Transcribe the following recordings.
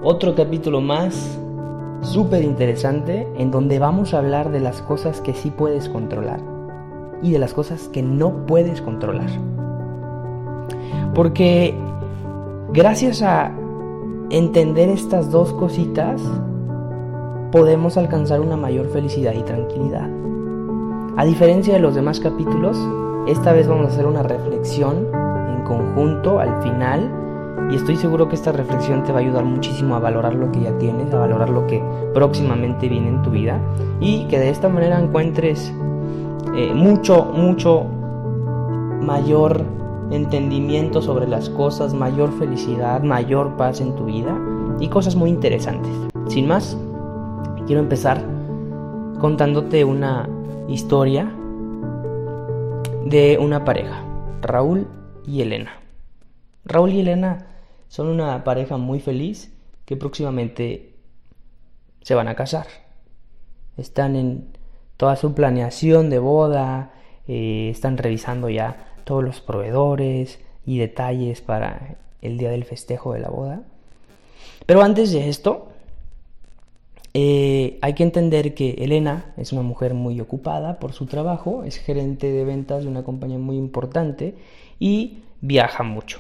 otro capítulo más súper interesante en donde vamos a hablar de las cosas que sí puedes controlar y de las cosas que no puedes controlar. Porque gracias a entender estas dos cositas podemos alcanzar una mayor felicidad y tranquilidad. A diferencia de los demás capítulos, esta vez vamos a hacer una reflexión en conjunto al final, y estoy seguro que esta reflexión te va a ayudar muchísimo a valorar lo que ya tienes, a valorar lo que próximamente viene en tu vida, y que de esta manera encuentres mucho mayor entendimiento sobre las cosas, mayor felicidad, mayor paz en tu vida y cosas muy interesantes. Sin más, quiero empezar contándote una historia de una pareja, Raúl y Elena. Raúl y Elena son una pareja muy feliz que próximamente se van a casar. Están en toda su planeación de boda, están revisando ya todos los proveedores y detalles para el día del festejo de la boda. Pero antes de esto, hay que entender que Elena es una mujer muy ocupada por su trabajo, es gerente de ventas de una compañía muy importante y viaja mucho.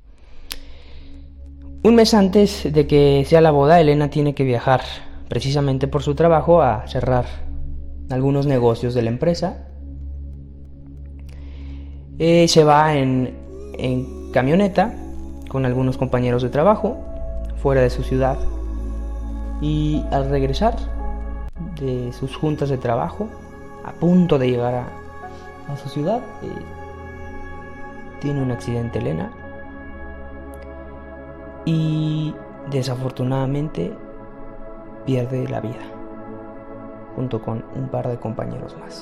Un mes antes de que sea la boda, Elena tiene que viajar precisamente por su trabajo a cerrar algunos negocios de la empresa. Se va en camioneta con algunos compañeros de trabajo fuera de su ciudad, y al regresar de sus juntas de trabajo, a punto de llegar a su ciudad, tiene un accidente Elena y desafortunadamente pierde la vida junto con un par de compañeros más.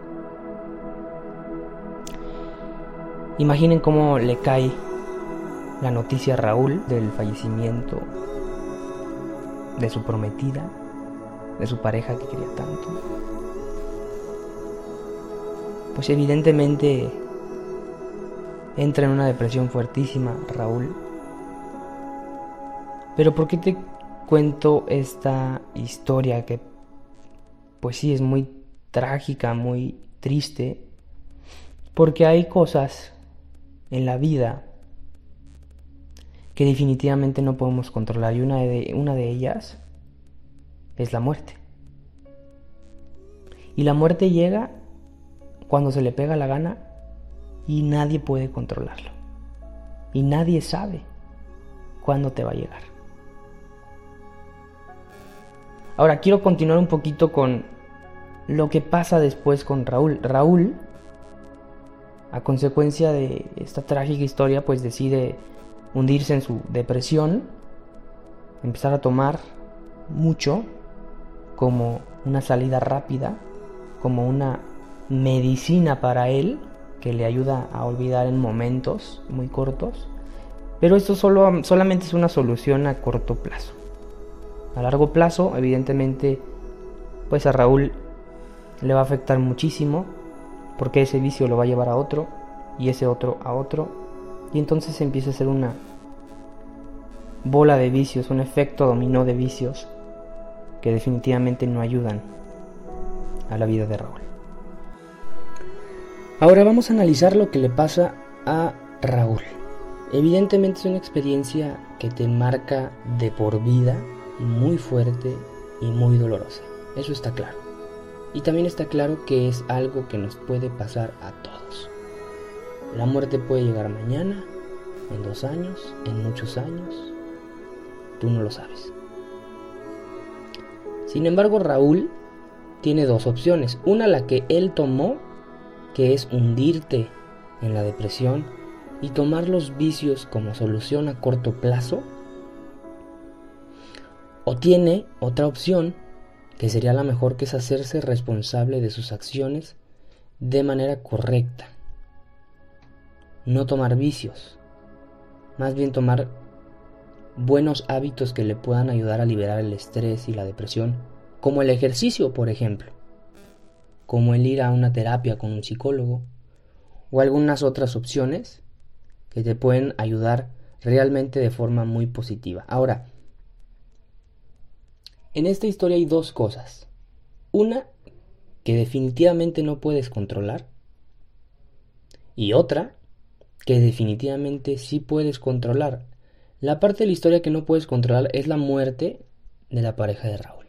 Imaginen cómo le cae la noticia a Raúl del fallecimiento de su prometida, de su pareja que quería tanto. Pues evidentemente entra en una depresión fuertísima Raúl. Pero ¿por qué te cuento esta historia que pues sí es muy trágica, muy triste? Porque hay cosas en la vida que definitivamente no podemos controlar, y una de ellas es la muerte. Y la muerte llega cuando se le pega la gana y nadie puede controlarlo. Y nadie sabe cuándo te va a llegar. Ahora quiero continuar un poquito con lo que pasa después con Raúl. Raúl, a consecuencia de esta trágica historia, pues decide hundirse en su depresión, empezar a tomar mucho como una salida rápida, como una medicina para él que le ayuda a olvidar en momentos muy cortos. Pero esto solamente es una solución a corto plazo. A largo plazo, evidentemente, pues a Raúl le va a afectar muchísimo, porque ese vicio lo va a llevar a otro, y ese otro a otro, y entonces empieza a ser una bola de vicios, un efecto dominó de vicios que definitivamente no ayudan a la vida de Raúl. Ahora vamos a analizar lo que le pasa a Raúl. Evidentemente es una experiencia que te marca de por vida, muy fuerte y muy dolorosa. Eso está claro. Y también está claro que es algo que nos puede pasar a todos. La muerte puede llegar mañana, en 2 años, en muchos años. Tú no lo sabes. Sin embargo, Raúl tiene 2 opciones. Una, la que él tomó, que es hundirte en la depresión y tomar los vicios como solución a corto plazo. O tiene otra opción, que sería la mejor, que es hacerse responsable de sus acciones de manera correcta. No tomar vicios, más bien tomar buenos hábitos que le puedan ayudar a liberar el estrés y la depresión, como el ejercicio, por ejemplo, como el ir a una terapia con un psicólogo, o algunas otras opciones que te pueden ayudar realmente de forma muy positiva. Ahora, En esta historia hay dos cosas. Una que definitivamente no puedes controlar y otra que definitivamente sí puedes controlar. La parte de la historia que no puedes controlar es la muerte de la pareja de Raúl.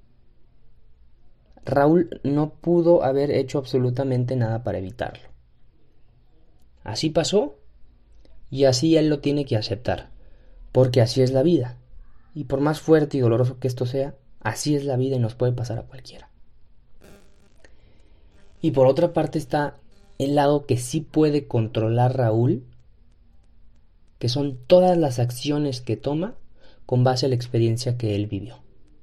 Raúl no pudo haber hecho absolutamente nada para evitarlo. Así pasó y así él lo tiene que aceptar, porque así es la vida. Y por más fuerte y doloroso que esto sea, así es la vida y nos puede pasar a cualquiera. Y por otra parte está el lado que sí puede controlar Raúl, que son todas las acciones que toma con base a la experiencia que él vivió.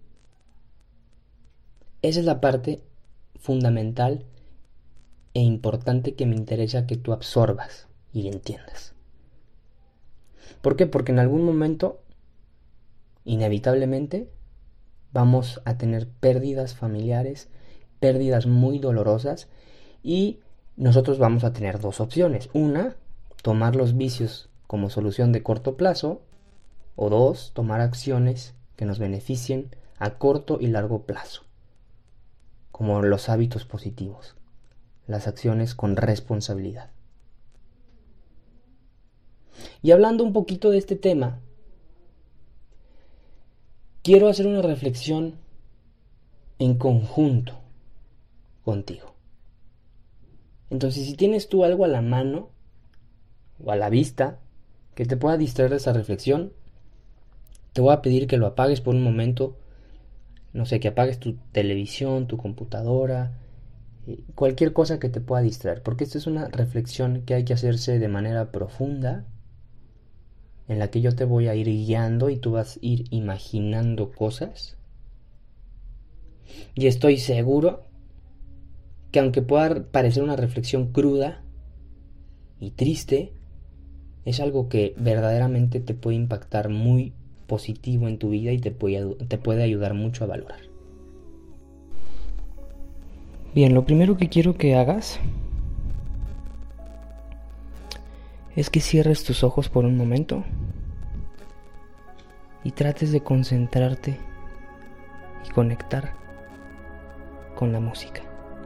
Esa es la parte fundamental e importante que me interesa que tú absorbas y entiendas. ¿Por qué? Porque en algún momento, inevitablemente, vamos a tener pérdidas familiares, pérdidas muy dolorosas, y nosotros vamos a tener dos opciones. Una, tomar los vicios como solución de corto plazo, o dos, tomar acciones que nos beneficien a corto y largo plazo, como los hábitos positivos, las acciones con responsabilidad. Y hablando un poquito de este tema, quiero hacer una reflexión en conjunto contigo. Entonces, si tienes tú algo a la mano o a la vista que te pueda distraer de esa reflexión, te voy a pedir que lo apagues por un momento. No sé, que apagues tu televisión, tu computadora, cualquier cosa que te pueda distraer, porque esta es una reflexión que hay que hacerse de manera profunda, en la que yo te voy a ir guiando y tú vas a ir imaginando cosas. Y estoy seguro que aunque pueda parecer una reflexión cruda y triste, es algo que verdaderamente te puede impactar muy positivo en tu vida y te puede ayudar mucho a valorar. Bien, lo primero que quiero que hagas es que cierres tus ojos por un momento y trates de concentrarte y conectar con la música.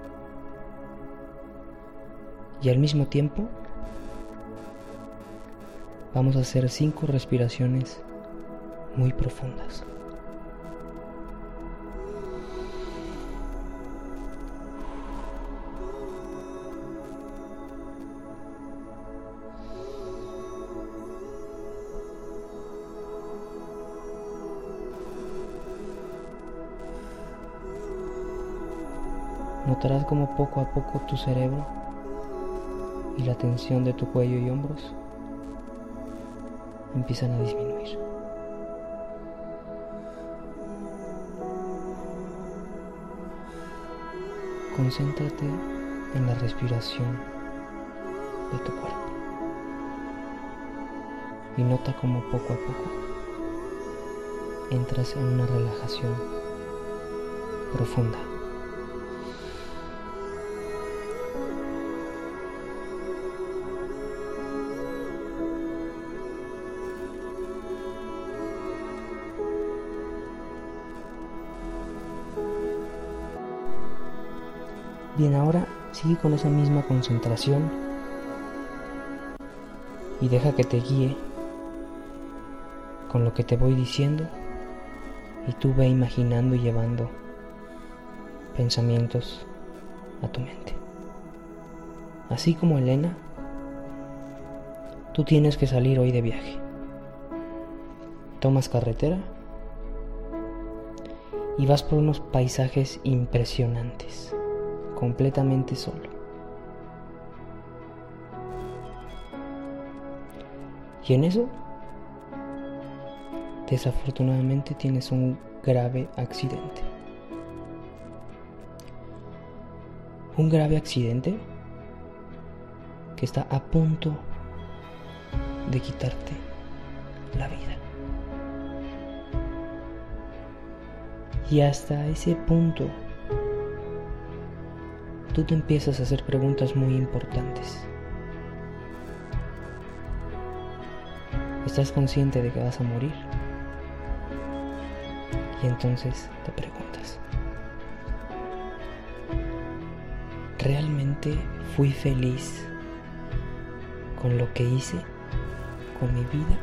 Y al mismo tiempo vamos a hacer 5 respiraciones muy profundas. Notarás como poco a poco tu cerebro y la tensión de tu cuello y hombros empiezan a disminuir. Concéntrate en la respiración de tu cuerpo y nota como poco a poco entras en una relajación profunda. Bien, ahora sigue con esa misma concentración y deja que te guíe con lo que te voy diciendo y tú ve imaginando y llevando pensamientos a tu mente. Así como Elena, tú tienes que salir hoy de viaje. Tomas carretera y vas por unos paisajes impresionantes, completamente solo. Y en eso, desafortunadamente tienes un grave accidente. Un grave accidente que está a punto de quitarte la vida. Y hasta ese punto, tú te empiezas a hacer preguntas muy importantes. ¿Estás consciente de que vas a morir? Y entonces te preguntas, ¿realmente fui feliz con lo que hice, con mi vida?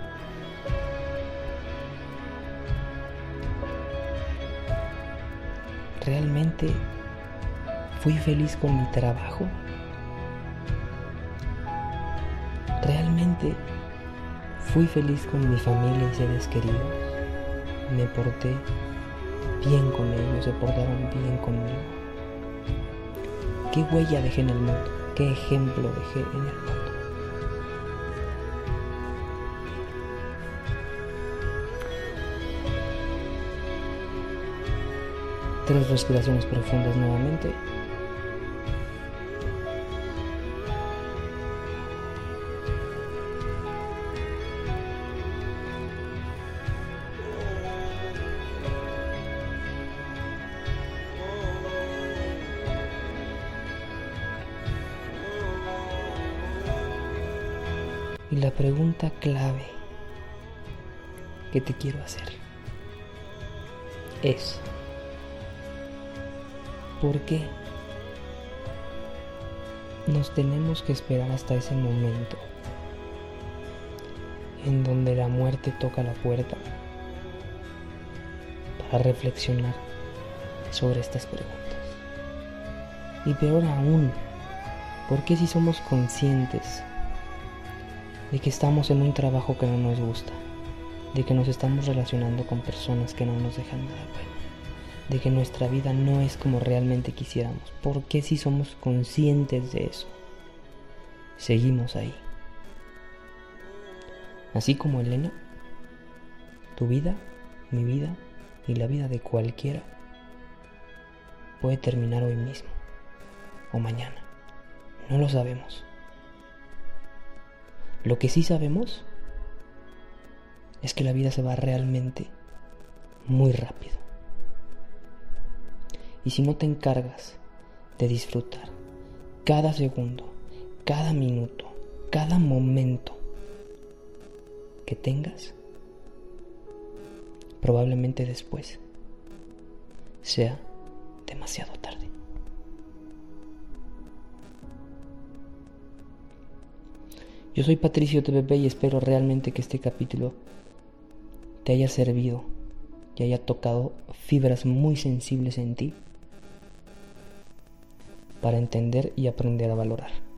¿Realmente fui feliz con mi trabajo? ¿Realmente fui feliz con mi familia y seres queridos? ¿Me porté bien con ellos? ¿Se portaron bien conmigo? ¿Qué huella dejé en el mundo? ¿Qué ejemplo dejé en el mundo? 3 respiraciones profundas nuevamente. Y la pregunta clave que te quiero hacer es: ¿por qué nos tenemos que esperar hasta ese momento en donde la muerte toca la puerta para reflexionar sobre estas preguntas? Y peor aún, ¿por qué si somos conscientes de que estamos en un trabajo que no nos gusta, de que nos estamos relacionando con personas que no nos dejan nada bueno, de que nuestra vida no es como realmente quisiéramos? ¿Por qué si somos conscientes de eso, seguimos ahí? Así como Elena, tu vida, mi vida y la vida de cualquiera puede terminar hoy mismo o mañana. No lo sabemos. Lo que sí sabemos es que la vida se va realmente muy rápido. Y si no te encargas de disfrutar cada segundo, cada minuto, cada momento que tengas, probablemente después sea demasiado tarde. Yo soy Patricio TVP y espero realmente que este capítulo te haya servido y haya tocado fibras muy sensibles en ti para entender y aprender a valorar.